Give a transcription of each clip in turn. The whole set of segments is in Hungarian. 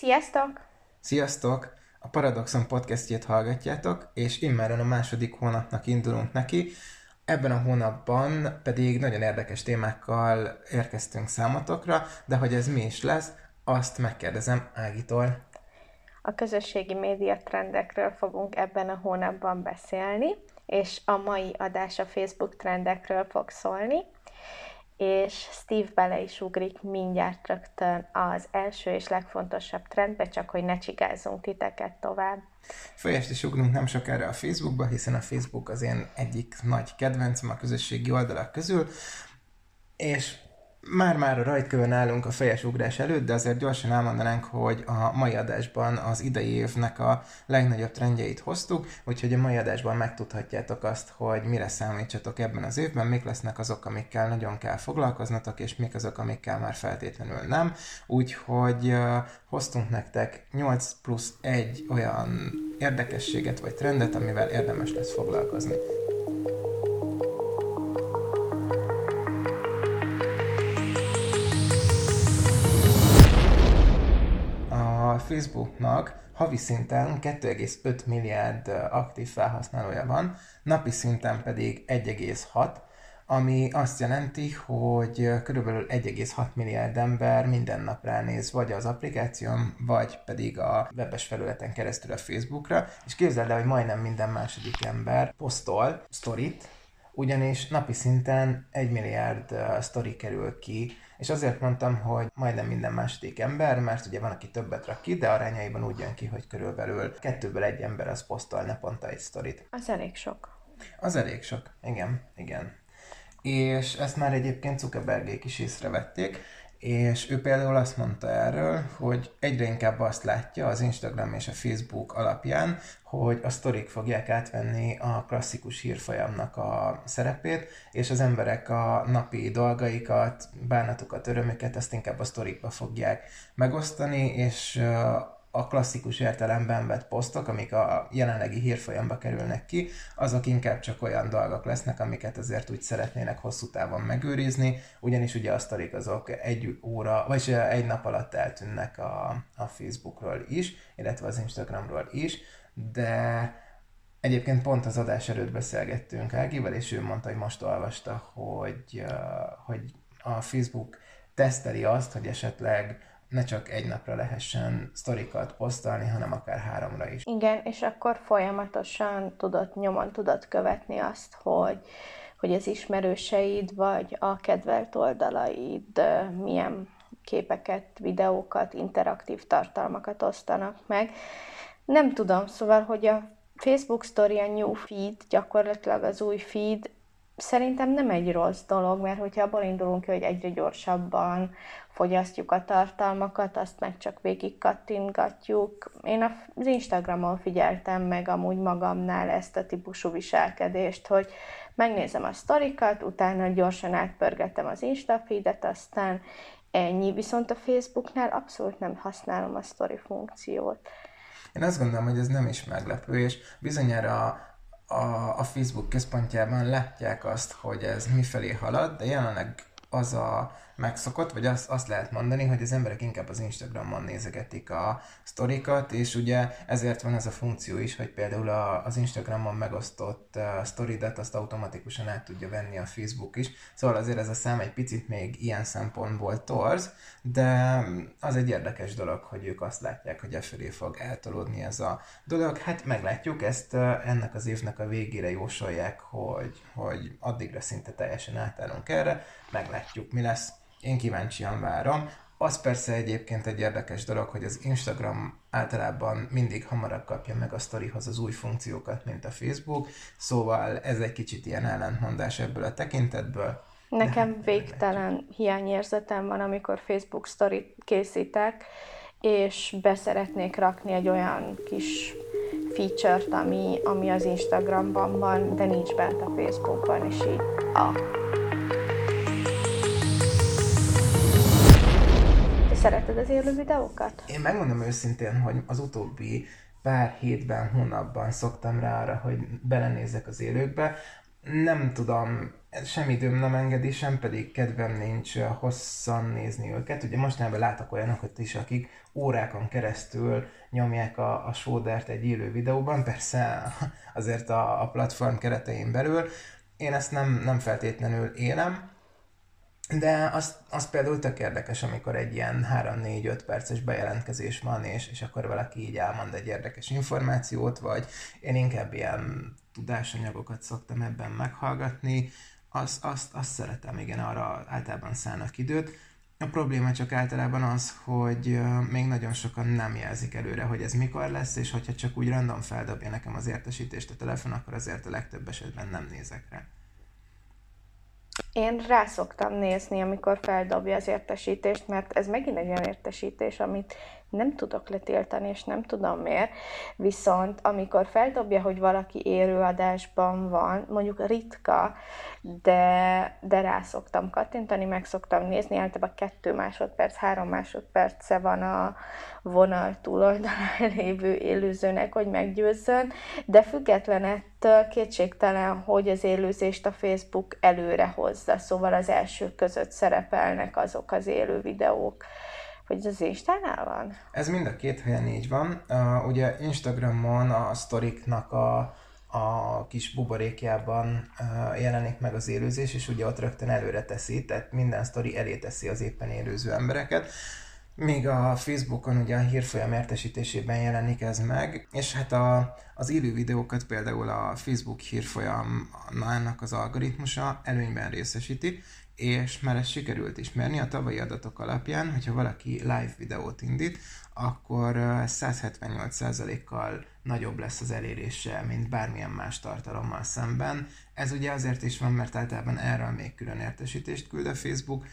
Sziasztok! Sziasztok! A Paradoxon podcastjét hallgatjátok, és immáron a második hónapnak indulunk neki. Ebben a hónapban pedig nagyon érdekes témákkal érkeztünk számotokra, de hogy ez mi is lesz, azt megkérdezem Ágitól. A közösségi média trendekről fogunk ebben a hónapban beszélni, és a mai adás a Facebook trendekről fog szólni, és Steve bele is ugrik mindjárt rögtön az első és legfontosabb trendbe, csak hogy ne csigázzunk titeket tovább. Fejest is ugrunk nem sokára a Facebookba, hiszen a Facebook az én egyik nagy kedvencem a közösségi oldalak közül, és már a rajtkövön állunk a fejes ugrás előtt, de azért gyorsan elmondanánk, hogy a mai adásban az idei évnek a legnagyobb trendjeit hoztuk, úgyhogy a mai adásban megtudhatjátok azt, hogy mire számítsatok ebben az évben, mik lesznek azok, amikkel nagyon kell foglalkoznatok, és mik azok, amikkel már feltétlenül nem. Úgyhogy hoztunk nektek 8+1 olyan érdekességet vagy trendet, amivel érdemes lesz foglalkozni. A Facebooknak havi szinten 2,5 milliárd aktív felhasználója van, napi szinten pedig 1,6, ami azt jelenti, hogy körülbelül 1,6 milliárd ember minden nap ránéz vagy az applikáción, vagy pedig a webes felületen keresztül a Facebookra, és képzeld el, hogy majdnem minden második ember posztol sztorit, ugyanis napi szinten 1 milliárd sztori kerül ki, és azért mondtam, hogy majdnem minden második ember, mert ugye van, aki többet rak ki, de arányaiban úgy jön ki, hogy körülbelül 2-ből 1 ember az posztol naponta egy sztorit. Az elég sok. Az elég sok, igen. És ezt már egyébként Zuckerbergék is észrevették, és ő például azt mondta erről, hogy egyre inkább azt látja az Instagram és a Facebook alapján, hogy a sztorik fogják átvenni a klasszikus hírfolyamnak a szerepét, és az emberek a napi dolgaikat, bánatukat, örömüket azt inkább a sztorikba fogják megosztani, és a klasszikus értelemben vett posztok, amik a jelenlegi hírfolyamba kerülnek ki, azok inkább csak olyan dolgok lesznek, amiket azért úgy szeretnének hosszú távon megőrizni, ugyanis ugye a sztorik azok egy óra, vagy egy nap alatt eltűnnek a Facebookról is, illetve az Instagramról is, de egyébként pont az adás előtt beszélgettünk Ágival, és ő mondta, hogy most olvasta, hogy a Facebook teszteli azt, hogy esetleg ne csak egy napra lehessen sztorikat posztolni, hanem akár 3-ra is. Igen, és akkor folyamatosan nyomon tudod követni azt, hogy az ismerőseid vagy a kedvelt oldalaid milyen képeket, videókat, interaktív tartalmakat osztanak meg. Nem tudom, szóval, hogy a Facebook Story, a New Feed, gyakorlatilag az új feed, szerintem nem egy rossz dolog, mert hogyha abból indulunk ki, hogy egyre gyorsabban fogyasztjuk a tartalmakat, azt meg csak végig kattintgatjuk. Én az Instagramon figyeltem meg amúgy magamnál ezt a típusú viselkedést, hogy megnézem a sztorikat, utána gyorsan átpörgetem az Instafeedet, aztán ennyi. Viszont a Facebooknál abszolút nem használom a sztori funkciót. Én azt gondolom, hogy ez nem is meglepő, és bizonyára a Facebook központjában látják azt, hogy ez mifelé halad, de jelenleg az a megszokott, vagy azt lehet mondani, hogy az emberek inkább az Instagramon nézegetik a sztorikat, és ugye ezért van ez a funkció is, hogy például az Instagramon megosztott sztoridat azt automatikusan át tudja venni a Facebook is, szóval azért ez a szám egy picit még ilyen szempontból torz, de az egy érdekes dolog, hogy ők azt látják, hogy efelé fog eltolódni ez a dolog. Hát meglátjuk, ezt ennek az évnek a végére jósolják, hogy addigra szinte teljesen átállunk erre, meglátjuk, mi lesz. Én kíváncsian várom. Az persze egyébként egy érdekes dolog, hogy az Instagram általában mindig hamarabb kapja meg a sztorihoz az új funkciókat, mint a Facebook, szóval ez egy kicsit ilyen ellentmondás ebből a tekintetből. Nekem végtelen hiányérzetem van, amikor Facebook sztorit készítek, és beszeretnék rakni egy olyan kis feature-t, ami az Instagramban van, de nincs bent a Facebookban, és így Szereted az élő videókat? Én megmondom őszintén, hogy az utóbbi pár hétben, hónapban szoktam rá arra, hogy belenézek az élőkbe. Nem tudom sem időm nem engedi, sem pedig kedvem nincs hosszan nézni őket. Ugye mostanában látok olyanokat is, akik órákon keresztül nyomják a sódert egy élő videóban, persze azért a platform keretein belül. Én ezt nem feltétlenül élem, de az például tök érdekes, amikor egy ilyen 3-4-5 perces bejelentkezés van, és akkor valaki így elmond egy érdekes információt, vagy én inkább ilyen tudásanyagokat szoktam ebben meghallgatni, azt szeretem, igen, arra általában szánnak időt. A probléma csak általában az, hogy még nagyon sokan nem jelzik előre, hogy ez mikor lesz, és hogyha csak úgy random feldobja nekem az értesítést a telefon, akkor azért a legtöbb esetben nem nézek rá. Én rá szoktam nézni, amikor feldobja az értesítést, mert ez megint egy olyan értesítés, amit nem tudok letiltani, és nem tudom miért. Viszont amikor feldobja, hogy valaki élőadásban van, mondjuk ritka, de rá szoktam kattintani, meg szoktam nézni, általában 2 másodperc, 3 másodperce van a vonal túloldalán lévő élőzőnek, hogy meggyőzzön, de független ettől kétségtelen, hogy az élőzést a Facebook előre hozza, szóval az elsők között szerepelnek azok az élő videók. Hogy az Instánál van? Ez mind a két helyen így van. Ugye Instagramon a sztoriknak a kis buborékjában jelenik meg az élőzés, és ugye ott rögtön előre teszi, tehát minden sztori elé teszi az éppen élőző embereket. Míg a Facebookon ugye a hírfolyam értesítésében jelenik ez meg, és hát az élő videókat például a Facebook hírfolyamának az algoritmusa előnyben részesíti, és már ezt sikerült is mérni a tavalyi adatok alapján, hogyha valaki live videót indít, akkor 178%-kal nagyobb lesz az elérése, mint bármilyen más tartalommal szemben. Ez ugye azért is van, mert általában erről még külön értesítést küld a Facebook,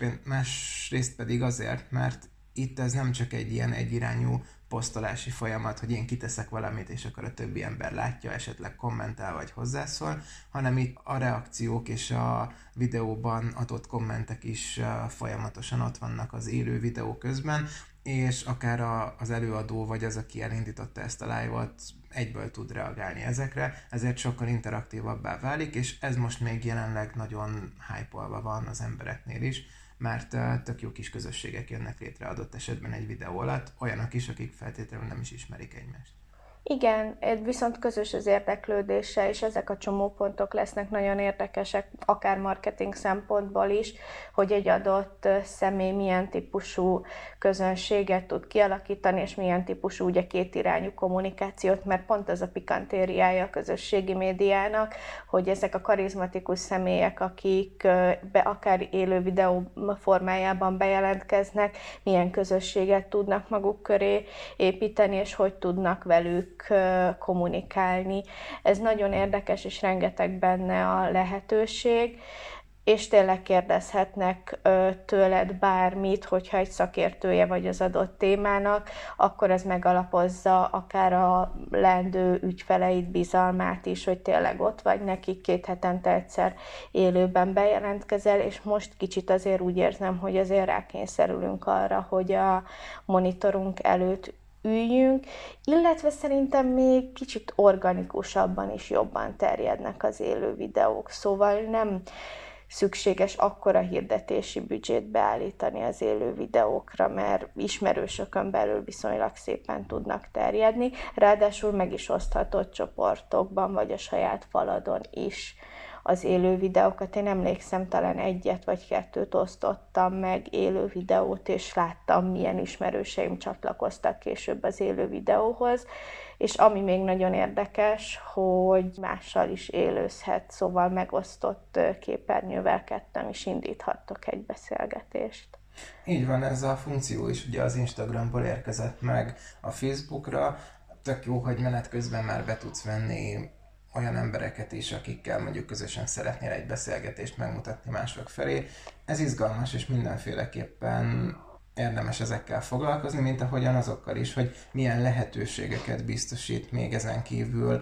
másrészt pedig azért, mert itt ez nem csak egy ilyen egyirányú posztolási folyamat, hogy én kiteszek valamit, és akkor a többi ember látja, esetleg kommentál vagy hozzászól, hanem itt a reakciók és a videóban adott kommentek is folyamatosan ott vannak az élő videó közben, és akár az előadó vagy az, aki elindította ezt a live-ot, egyből tud reagálni ezekre, ezért sokkal interaktívabbá válik, és ez most még jelenleg nagyon hype-olva van az embereknél is, mert tök jó kis közösségek jönnek létre adott esetben egy videó alatt, olyanok is, akik feltétlenül nem is ismerik egymást. Igen, viszont közös az érdeklődése, és ezek a csomópontok lesznek nagyon érdekesek, akár marketing szempontból is, hogy egy adott személy milyen típusú közönséget tud kialakítani, és milyen típusú ugye kétirányú kommunikációt, mert pont ez a pikantériája a közösségi médiának, hogy ezek a karizmatikus személyek, akik akár élő videó formájában bejelentkeznek, milyen közösséget tudnak maguk köré építeni, és hogy tudnak velük kommunikálni. Ez nagyon érdekes, és rengeteg benne a lehetőség, és tényleg kérdezhetnek tőled bármit, hogyha egy szakértője vagy az adott témának, akkor ez megalapozza akár a leendő ügyfeleid bizalmát is, hogy tényleg ott vagy nekik, 2 hetente egyszer élőben bejelentkezel, és most kicsit azért úgy érzem, hogy azért rákényszerülünk arra, hogy a monitorunk előtt üljünk, illetve szerintem még kicsit organikusabban is jobban terjednek az élő videók, szóval nem szükséges akkora hirdetési büdzsét beállítani az élő videókra, mert ismerősökön belül viszonylag szépen tudnak terjedni, ráadásul meg is oszthatod csoportokban, vagy a saját faladon is az élő videókat. Én emlékszem, talán 1 vagy 2 osztottam meg élő videót, és láttam, milyen ismerőseim csatlakoztak később az élő videóhoz, és ami még nagyon érdekes, hogy mással is élőzhet, szóval megosztott képernyővel ketten is indíthattok egy beszélgetést. Így van, ez a funkció is ugye az Instagramból érkezett meg a Facebookra. Tök jó, hogy menet közben már be tudsz venni olyan embereket is, akikkel mondjuk közösen szeretnél egy beszélgetést megmutatni mások felé. Ez izgalmas, és mindenféleképpen érdemes ezekkel foglalkozni, mint ahogyan azokkal is, hogy milyen lehetőségeket biztosít még ezen kívül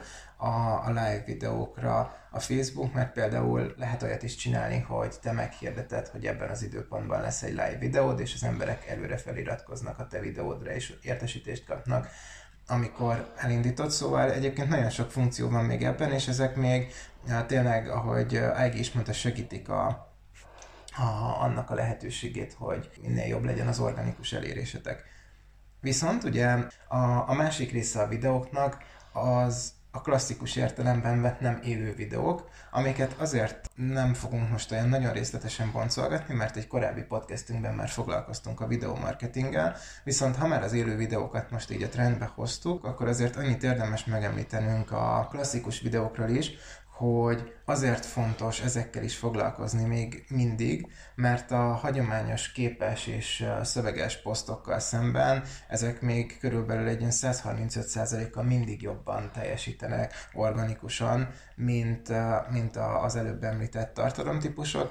a live videókra a Facebook, mert például lehet olyat is csinálni, hogy te meghirdeted, hogy ebben az időpontban lesz egy live videód, és az emberek előre feliratkoznak a te videódra, és értesítést kapnak amikor elindítod, szóval egyébként nagyon sok funkció van még ebben, és ezek még tényleg, ahogy Ági is mondta, segítik annak a lehetőségét, hogy minél jobb legyen az organikus elérésetek. Viszont ugye a másik része a videóknak az a klasszikus értelemben vett nem élő videók, amiket azért nem fogunk most olyan nagyon részletesen boncolgatni, mert egy korábbi podcastünkben már foglalkoztunk a videómarketinggel, viszont ha már az élő videókat most így a trendbe hoztuk, akkor azért annyit érdemes megemlítenünk a klasszikus videókról is, hogy azért fontos ezekkel is foglalkozni még mindig, mert a hagyományos képes és szöveges posztokkal szemben ezek még körülbelül egy 135%-kal mindig jobban teljesítenek organikusan, mint az előbb említett tartalomtípusok,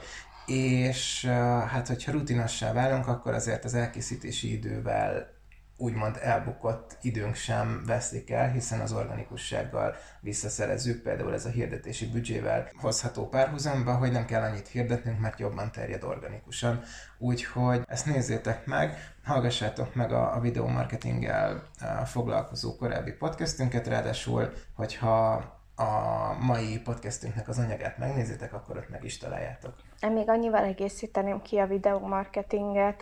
és hát hogyha rutinossá válunk, akkor azért az elkészítési idővel úgymond elbukott időnk sem veszik el, hiszen az organikussággal visszaszerezzük, például ez a hirdetési büdzsével hozható párhuzamba, hogy nem kell annyit hirdetnünk, mert jobban terjed organikusan. Úgyhogy ezt nézzétek meg, hallgassátok meg a videómarketinggel foglalkozó korábbi podcastünket, ráadásul, hogyha a mai podcastünknek az anyagát megnézitek, akkor ott meg is találjátok. Én még annyival egészíteném ki a videómarketinget,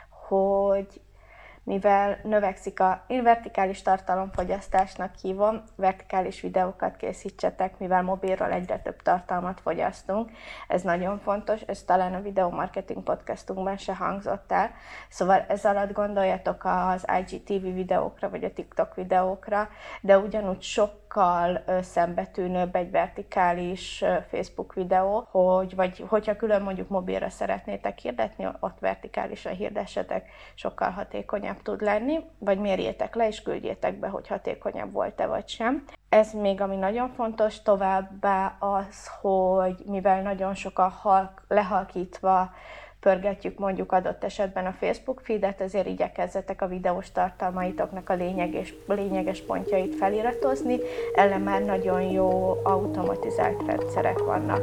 hogy mivel növekszik én vertikális tartalomfogyasztásnak hívom, vertikális videókat készítsetek, mivel mobilról egyre több tartalmat fogyasztunk. Ez nagyon fontos, ez talán a videómarketing podcastunkban se hangzott el. Szóval ez alatt gondoljatok az IGTV videókra, vagy a TikTok videókra, de ugyanúgy sokkal szembetűnőbb egy vertikális Facebook videó, vagy hogyha külön mondjuk mobilra szeretnétek hirdetni, ott vertikálisan hirdessetek, sokkal hatékonyabb tud lenni, vagy mérjétek le és küldjétek be, hogy hatékonyabb volt-e vagy sem. Ez még ami nagyon fontos, továbbá az, hogy mivel nagyon sokan lehalkítva pörgetjük mondjuk adott esetben a Facebook feedet, ezért igyekezzetek a videós tartalmaitoknak a lényeges pontjait feliratozni, ellen már nagyon jó automatizált rendszerek vannak.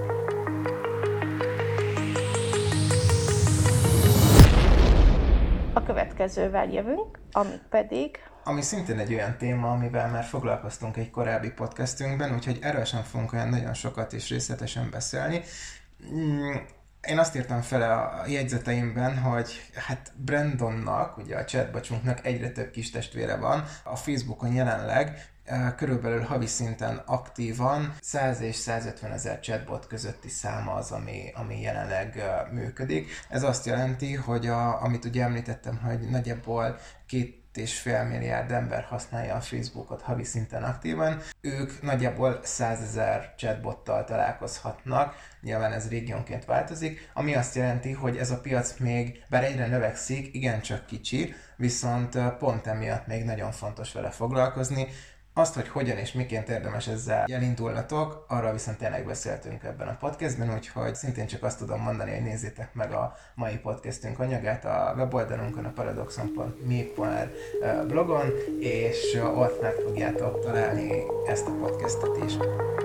A következővel jövünk, ami szintén egy olyan téma, amivel már foglalkoztunk egy korábbi podcastünkben, úgyhogy erről sem fogunk olyan nagyon sokat és részletesen beszélni. Én azt írtam fel a jegyzeteimben, hogy hát Brandonnak, ugye a chatbotsunknak egyre több kis testvére van. A Facebookon jelenleg körülbelül havi szinten aktívan 100 és 150 ezer chatbot közötti száma az, ami jelenleg működik. Ez azt jelenti, hogy amit ugye említettem, hogy nagyjából 2,5 milliárd ember használja a Facebookot havi szinten aktívan, ők nagyjából 100 ezer chatbottal találkozhatnak, nyilván ez régiónként változik, ami azt jelenti, hogy ez a piac még, bár egyre növekszik, igencsak kicsi, viszont pont emiatt még nagyon fontos vele foglalkozni. Azt, hogy hogyan és miként érdemes ezzel elindulnatok, arra viszont tényleg beszéltünk ebben a podcastben, úgyhogy szintén csak azt tudom mondani, hogy nézzétek meg a mai podcastünk anyagát a weboldalunkon, a paradoxon.me blogon, és ott meg fogjátok találni ezt a podcastet is.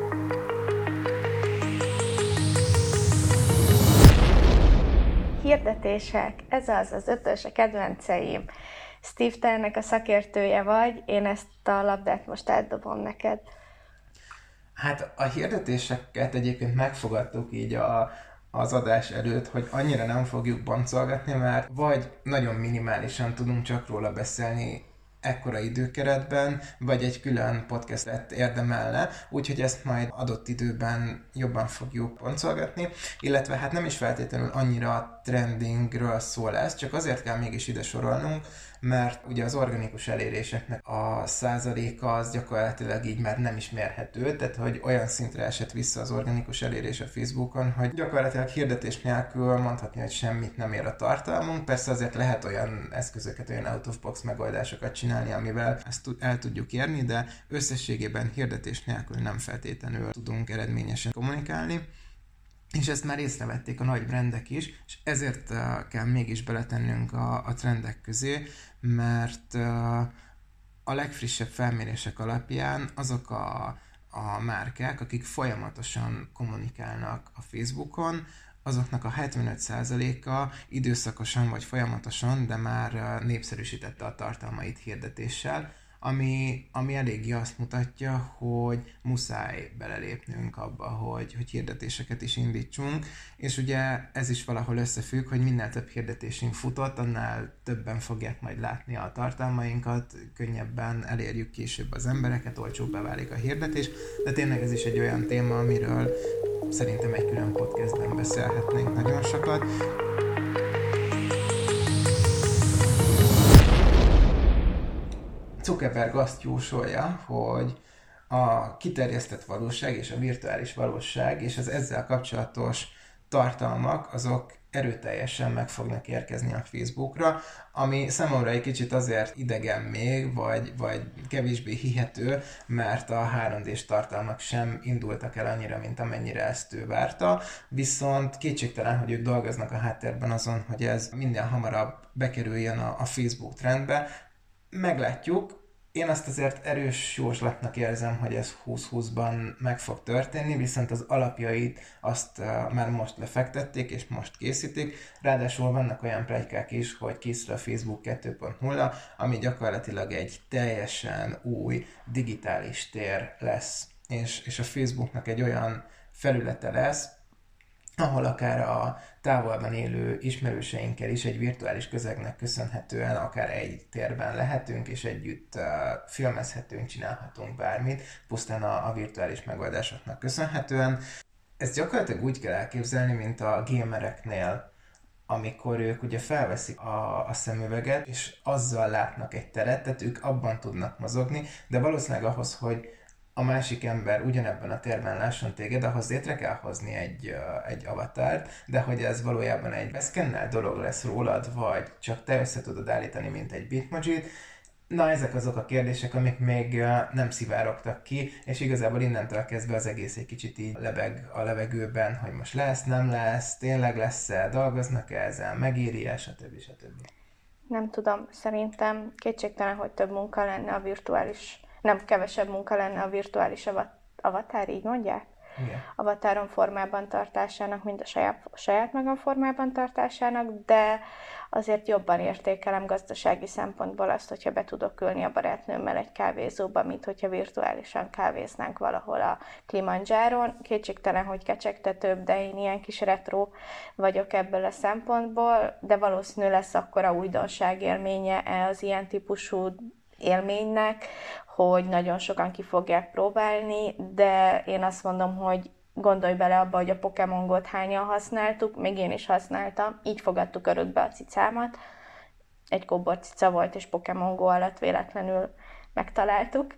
Hirdetések, ez az 5-ös, a kedvenceim. Steve, te ennek a szakértője vagy, én ezt a labdát most átdobom neked. Hát a hirdetéseket egyébként megfogadtuk így az adás előtt, hogy annyira nem fogjuk boncolgatni, mert vagy nagyon minimálisan tudunk csak róla beszélni ekkora időkeretben, vagy egy külön podcastet érdemelne, úgyhogy ezt majd adott időben jobban fogjuk boncolgatni, illetve hát nem is feltétlenül annyira trendingről szól ez, csak azért kell mégis ide sorolnunk, mert ugye az organikus eléréseknek a százaléka az gyakorlatilag így már nem is mérhető, tehát hogy olyan szintre esett vissza az organikus elérés a Facebookon, hogy gyakorlatilag hirdetés nélkül mondhatni, hogy semmit nem ér a tartalmunk. Persze azért lehet olyan eszközöket, olyan out-of-box megoldásokat csinálni, amivel ezt el tudjuk érni, de összességében hirdetés nélkül nem feltétlenül tudunk eredményesen kommunikálni. És ezt már észrevették a nagy brandek is, és ezért kell mégis beletennünk a trendek közé, mert a legfrissebb felmérések alapján azok a márkák, akik folyamatosan kommunikálnak a Facebookon, azoknak a 75%-a időszakosan vagy folyamatosan, de már népszerűsítette a tartalmait hirdetéssel. ami eléggé azt mutatja, hogy muszáj belelépnünk abba, hogy hirdetéseket is indítsunk, és ugye ez is valahol összefügg, hogy minél több hirdetésünk futott, annál többen fogják majd látni a tartalmainkat, könnyebben elérjük később az embereket, olcsóbbá válik a hirdetés, de tényleg ez is egy olyan téma, amiről szerintem egy külön podcastben beszélhetnénk nagyon sokat. Zuckerberg azt jósolja, hogy a kiterjesztett valóság és a virtuális valóság és az ezzel kapcsolatos tartalmak, azok erőteljesen meg fognak érkezni a Facebookra, ami számomra egy kicsit azért idegen még, vagy kevésbé hihető, mert a 3D-s tartalmak sem indultak el annyira, mint amennyire ezt ő várta, viszont kétségtelen, hogy ők dolgoznak a háttérben azon, hogy ez minden hamarabb bekerüljön a Facebook trendbe. Meglátjuk. Én azt azért erős jóslatnak érzem, hogy ez 2020-ban meg fog történni, viszont az alapjait azt már most lefektették, és most készítik. Ráadásul vannak olyan pletykák is, hogy készül a Facebook 2.0, ami gyakorlatilag egy teljesen új digitális tér lesz. És a Facebooknak egy olyan felülete lesz, ahol akár a távolban élő ismerőseinkkel is egy virtuális közegnek köszönhetően akár egy térben lehetünk, és együtt filmezhetünk, csinálhatunk bármit, pusztán a virtuális megoldásoknak köszönhetően. Ezt gyakorlatilag úgy kell elképzelni, mint a gamereknél, amikor ők ugye felveszik a szemüveget, és azzal látnak egy teret, tehát ők abban tudnak mozogni, de valószínűleg ahhoz, hogy a másik ember ugyanebben a térben lásson téged, ahhoz létre kell hozni egy avatárt, de hogy ez valójában egy beszkennel dolog lesz rólad, vagy csak te össze tudod állítani, mint egy bitmojit. Na, ezek azok a kérdések, amik még nem szivárogtak ki, és igazából innentől kezdve az egész egy kicsit így lebeg a levegőben, hogy most lesz, nem lesz, tényleg lesz-e, dolgoznak-e ezen, megéri-e, stb. Nem tudom, szerintem kétségtelen, hogy több munka lenne a virtuális, nem kevesebb munka lenne a virtuális avatár, így mondják? Igen. Avatáron formában tartásának, mint a saját magam formában tartásának, de azért jobban értékelem gazdasági szempontból azt, hogyha be tudok ülni a barátnőmmel egy kávézóba, mint hogyha virtuálisan kávéznánk valahol a Kilimanjáron. Kétségtelen, hogy kecsegtetőbb, de én ilyen kis retro vagyok ebből a szempontból, de valószínű lesz akkora újdonság élménye az ilyen típusú élménynek, hogy nagyon sokan ki fogják próbálni, de én azt mondom, hogy gondolj bele abba, hogy a Pokémon Go-t hányan használtuk, még én is használtam, így fogadtuk örökbe a cicámat. Egy kóbor cica volt, és Pokémon Go alatt véletlenül megtaláltuk.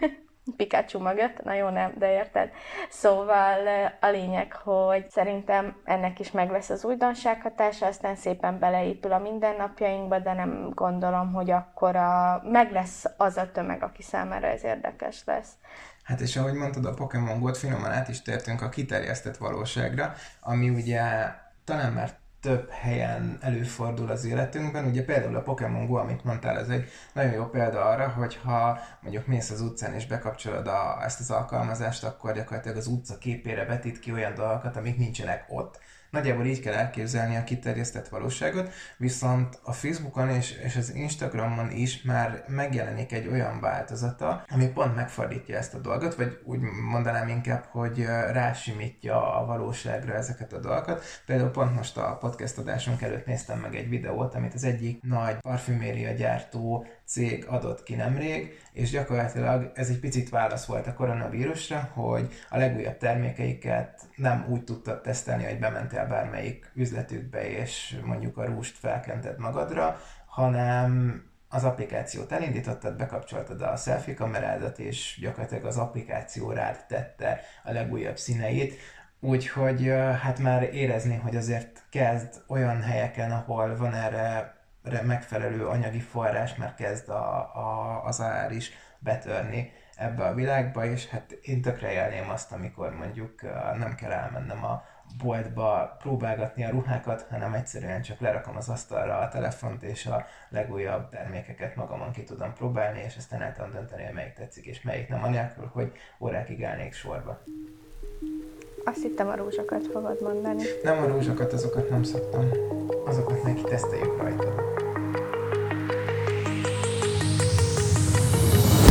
Pikachu mögött, na jó nem, de érted. Szóval a lényeg, hogy szerintem ennek is meg lesz az újdonság hatása, aztán szépen beleépül a mindennapjainkba, de nem gondolom, hogy akkor meg lesz az a tömeg, aki számára ez érdekes lesz. Hát és ahogy mondtad, a Pokémon Go-t finoman át is tértünk a kiterjesztett valóságra, ami ugye talán már több helyen előfordul az életünkben. Ugye például a Pokémon Go, amit mondtál, ez egy nagyon jó példa arra, hogyha mondjuk mész az utcán és bekapcsolod ezt az alkalmazást, akkor gyakorlatilag az utca képére vetít ki olyan dolgokat, amik nincsenek ott. Nagyjából így kell elképzelni a kiterjesztett valóságot, viszont a Facebookon és az Instagramon is már megjelenik egy olyan változata, ami pont megfordítja ezt a dolgot, vagy úgy mondanám inkább, hogy rásimítja a valóságra ezeket a dolgokat. Például pont most a podcast adásunk előtt néztem meg egy videót, amit az egyik nagy parfüméria gyártó cég adott ki nemrég, és gyakorlatilag ez egy picit válasz volt a koronavírusra, hogy a legújabb termékeiket nem úgy tudtad tesztelni, hogy bementél bármelyik üzletükbe, és mondjuk a rúst felkented magadra, hanem az applikációt elindítottad, bekapcsoltad a selfie kamerádat, és gyakorlatilag az applikáció rád tette a legújabb színeit, úgyhogy hát már érezni, hogy azért kezd olyan helyeken, ahol van erre megfelelő anyagi forrás, mert kezd az ár is betörni ebbe a világba, és hát én tökre élném azt, amikor mondjuk nem kell elmennem a boltba próbálgatni a ruhákat, hanem egyszerűen csak lerakom az asztalra a telefont, és a legújabb termékeket magamon ki tudom próbálni, és aztán el tudom dönteni, hogy melyik tetszik és melyik nem, anélkül, hogy órákig állnék sorba. Azt hittem, a rúzsokat fogod mondani. Nem a rúzsokat, azokat nem szoktam. Azokat neki teszteljük rajta.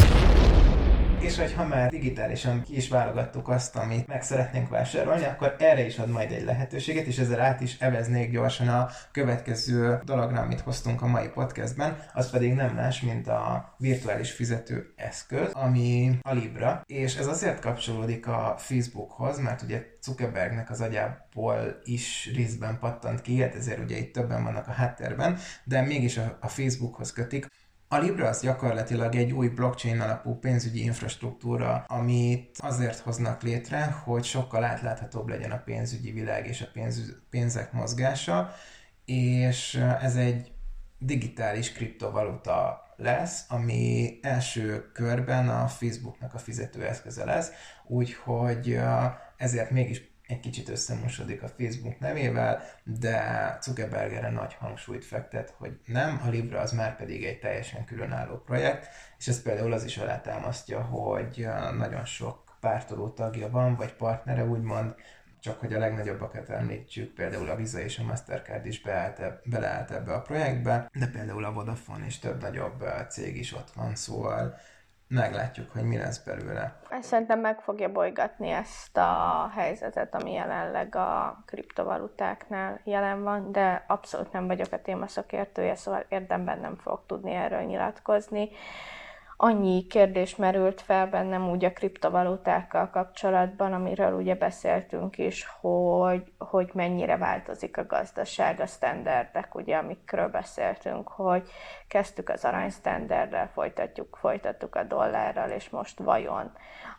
hogyha már digitálisan ki is válogattuk azt, amit meg szeretnénk vásárolni, akkor erre is ad majd egy lehetőséget, és ezzel át is eveznék gyorsan a következő dologra, amit hoztunk a mai podcastben, az pedig nem más, mint a virtuális fizető eszköz, ami a Libra, és ez azért kapcsolódik a Facebookhoz, mert ugye Zuckerbergnek az agyából is részben pattant ki, hát ezért ugye itt többen vannak a háttérben, de mégis a Facebookhoz kötik. A Libra az gyakorlatilag egy új blockchain alapú pénzügyi infrastruktúra, amit azért hoznak létre, hogy sokkal átláthatóbb legyen a pénzügyi világ és a pénzek mozgása, és ez egy digitális kriptovaluta lesz, ami első körben a Facebooknak a fizetőeszköze lesz, úgyhogy ezért mégis egy kicsit összemosodik a Facebook nevével, de Zuckerberg erre nagy hangsúlyt fektet, hogy nem, a Libra az már pedig egy teljesen különálló projekt, és ez például az is alátámasztja, hogy nagyon sok pártoló tagja van, vagy partnere úgymond, csak hogy a legnagyobbakat említsük, például a Visa és a Mastercard is beleállt ebbe a projektbe, de például a Vodafone és több nagyobb cég is ott van, szóval meglátjuk, hogy mi lesz belőle. Szerintem meg fogja bolygatni ezt a helyzetet, ami jelenleg a kriptovalutáknál jelen van, de abszolút nem vagyok a téma szakértője, szóval érdemben nem fogok tudni erről nyilatkozni. Annyi kérdés merült fel bennem úgy a kriptovalutákkal kapcsolatban, amiről ugye beszéltünk is, hogy mennyire változik a gazdaság, a standardek, ugye, amikről beszéltünk, hogy kezdtük az aranystandarddel, folytattuk a dollárral, és most vajon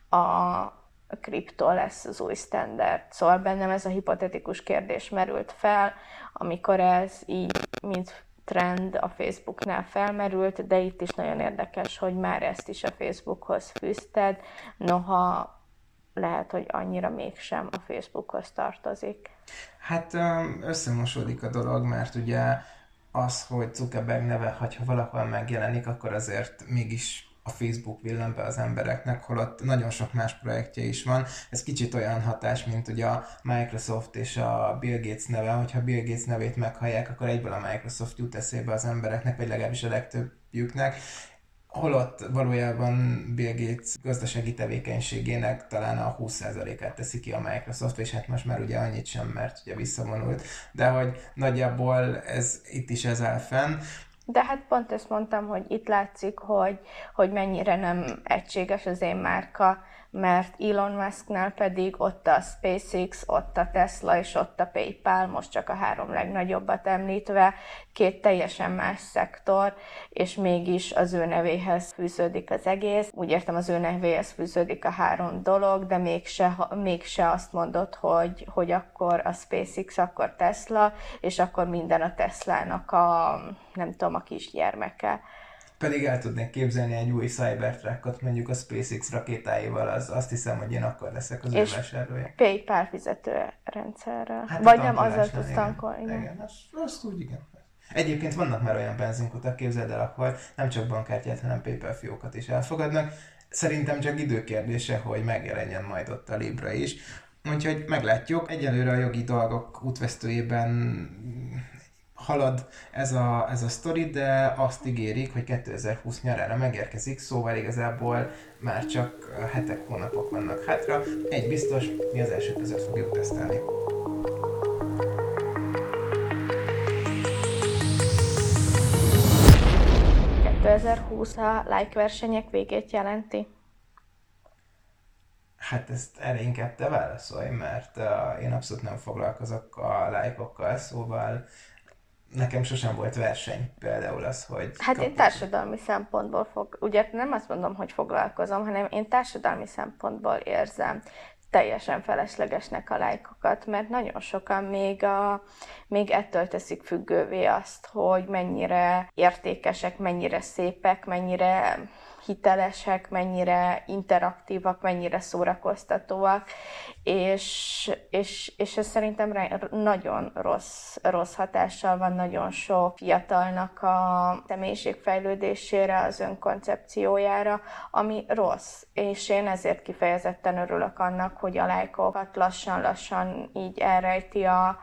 a kriptó lesz az új standard. Szóval bennem ez a hipotetikus kérdés merült fel, amikor ez így, mint trend a Facebooknál felmerült, de itt is nagyon érdekes, hogy már ezt is a Facebookhoz fűzted, noha lehet, hogy annyira mégsem a Facebookhoz tartozik. Hát összemosódik a dolog, mert ugye az, hogy Zuckerberg neve, ha valahol megjelenik, akkor azért mégis a Facebook villan be az embereknek, holott nagyon sok más projektje is van. Ez kicsit olyan hatás, mint ugye a Microsoft és a Bill Gates neve, hogyha Bill Gates nevét meghallják, akkor egyből a Microsoft jut eszébe az embereknek, vagy legalábbis a legtöbbjüknek. Holott valójában Bill Gates gazdasági tevékenységének talán a 20%-át teszi ki a Microsoft, és hát most már ugye annyit sem, mert ugye visszavonult, de hogy nagyjából itt is ez áll fenn. De hát pont ezt mondtam, hogy itt látszik, hogy mennyire nem egységes az én márka, mert Elon Musknál pedig ott a SpaceX, ott a Tesla és ott a PayPal, most csak a 3 legnagyobbat említve, 2 teljesen más szektor, és mégis az ő nevéhez fűződik az egész. Úgy értem, az ő nevéhez fűződik a 3 dolog, de mégse azt mondod, hogy akkor a SpaceX, akkor Tesla, és akkor minden a Teslának a, nem tudom, a kisgyermeke. Pedig el tudnék képzelni egy új Cybertruckot, mondjuk a SpaceX rakétáival, azt hiszem, hogy én akkor leszek az ő vásárlója. PayPal fizetőrendszerrel. Hát vagy nem, azzal tudsz tankolni. Igen, azt úgy igen. Egyébként vannak már olyan benzinkutak, képzeld el, akkor nem csak bankkártyát, hanem PayPal fiókat is elfogadnak. Szerintem csak időkérdése, hogy megjelenjen majd ott a Libra is. Úgyhogy meglátjuk. Egyelőre a jogi dolgok útvesztőjében halad ez a sztori, de azt ígérik, hogy 2020 nyarára megérkezik, szóval igazából már csak hetek, hónapok vannak hátra. Egy biztos, mi az első között fogjuk tesztelni. A like versenyek végét jelenti? Hát ezt erre inkább te válaszolj, mert én abszolút nem foglalkozok a lájkokkal, szóval nekem sosem volt verseny, például az, hogy... Hát én társadalmi szempontból ugye nem azt mondom, hogy foglalkozom, hanem én társadalmi szempontból érzem teljesen feleslegesnek a lájkokat, mert nagyon sokan még ettől teszik függővé azt, hogy mennyire értékesek, mennyire szépek, mennyire hitelesek, mennyire interaktívak, mennyire szórakoztatóak, és ez szerintem nagyon rossz hatással van nagyon sok fiatalnak a személyiségfejlődésére, az önkoncepciójára, ami rossz. És én ezért kifejezetten örülök annak, hogy a lájkokat lassan-lassan így elrejti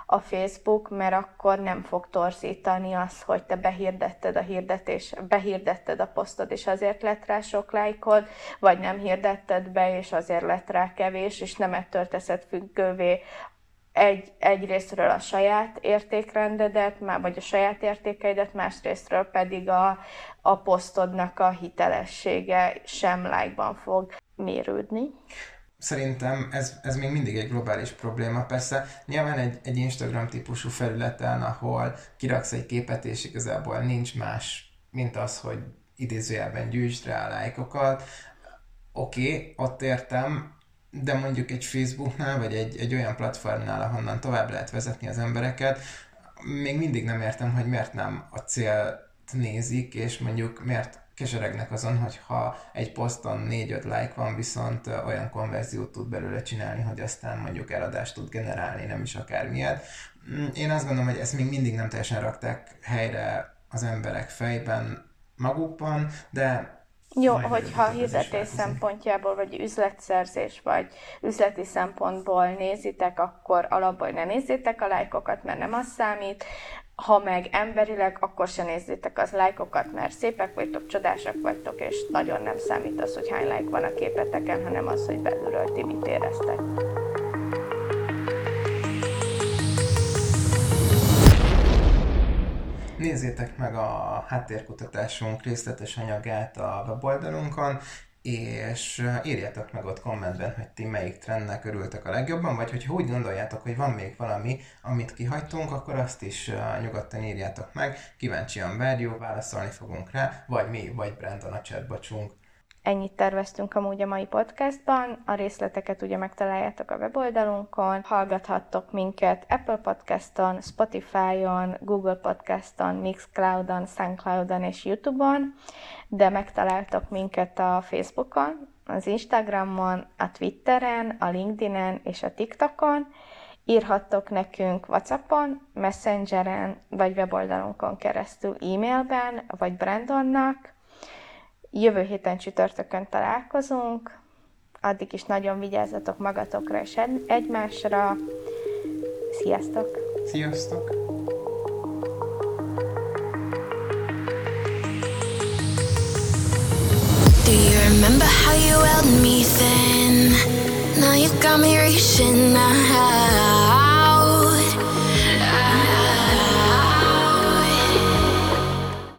a Facebook, mert akkor nem fog torzítani azt, hogy te behirdetted a posztod, és azért lett rá sok lájkod, vagy nem hirdetted be, és azért lett rá kevés, és nem ettől teszed függővé egyrésztről a saját értékrendedet, vagy a saját értékeidet, másrésztről pedig a posztodnak a hitelessége sem like-ban fog mérődni. Szerintem ez még mindig egy globális probléma. Persze nyilván egy Instagram típusú felületen, ahol kiraksz egy képet, és igazából nincs más, mint az, hogy idézőjelben gyűjtsd rá a lájkokat. Oké, ott értem, de mondjuk egy Facebooknál, vagy egy olyan platformnál, ahonnan tovább lehet vezetni az embereket, még mindig nem értem, hogy miért nem a célt nézik, és mondjuk miért keseregnek azon, hogyha egy poszton 4-5 like van, viszont olyan konverziót tud belőle csinálni, hogy aztán mondjuk eladást tud generálni, nem is akármilyet. Én azt gondolom, hogy ezt még mindig nem teljesen rakták helyre az emberek fejben, magukban, de jó, hogyha hirdetés szempontjából, vagy üzletszerzés, vagy üzleti szempontból nézitek, akkor alapból ne nézzétek a lájkokat, mert nem az számít. Ha meg emberileg, akkor se nézzétek az lájkokat, mert szépek vagytok, csodásak vagytok, és nagyon nem számít az, hogy hány like van a képeteken, hanem az, hogy belülről ti mit éreztek. Nézzétek meg a háttérkutatásunk részletes anyagát a weboldalunkon, és írjátok meg ott kommentben, hogy ti melyik trendnek örültek a legjobban, vagy hogyha úgy gondoljátok, hogy van még valami, amit kihagytunk, akkor azt is nyugodtan írjátok meg, kíváncsian várjuk, válaszolni fogunk rá, vagy mi, vagy Brandon a chatbotsunk. Ennyit terveztünk amúgy a mai podcastban, a részleteket ugye megtaláljátok a weboldalunkon, hallgathattok minket Apple Podcaston, Spotify-on, Google Podcaston, Mixcloudon, Soundcloudon és YouTube-on, de megtaláltok minket a Facebookon, az Instagramon, a Twitteren, a LinkedInen és a TikTokon, írhattok nekünk WhatsAppon, Messengeren vagy weboldalunkon keresztül e-mailben, vagy Brandonnak. Jövő héten csütörtökön találkozunk, addig is nagyon vigyázzatok magatokra és egymásra. Sziasztok! Sziasztok! Do you remember how you held me then? Now you got me reaching out.